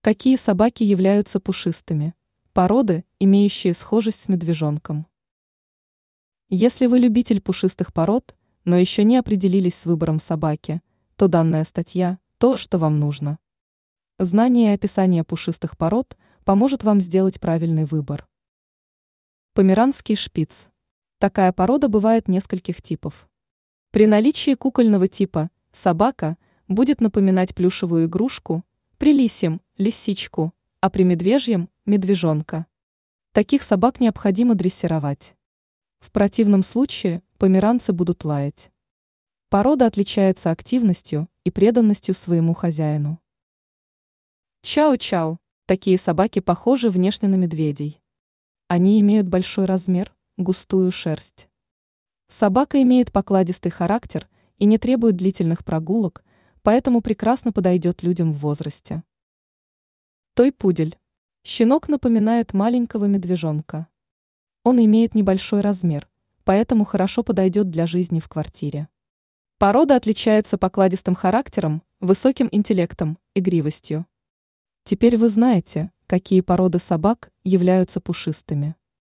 Какие собаки являются пушистыми? Породы, имеющие схожесть с медвежонком. Если вы любитель пушистых пород, но еще не определились с выбором собаки, то данная статья – то, что вам нужно. Знание и описание пушистых пород поможет вам сделать правильный выбор. Померанский шпиц. Такая порода бывает нескольких типов. При наличии кукольного типа собака будет напоминать плюшевую игрушку, при лисьем – лисичку, а при медвежьем – медвежонка. Таких собак необходимо дрессировать. В противном случае померанцы будут лаять. Порода отличается активностью и преданностью своему хозяину. Чао-чао. Такие собаки похожи внешне на медведей. Они имеют большой размер, густую шерсть. Собака имеет покладистый характер и не требует длительных прогулок, поэтому прекрасно подойдет людям в возрасте. Той-пудель. Щенок напоминает маленького медвежонка. Он имеет небольшой размер, поэтому хорошо подойдет для жизни в квартире. Порода отличается покладистым характером, высоким интеллектом, игривостью. Теперь вы знаете, какие породы собак являются пушистыми.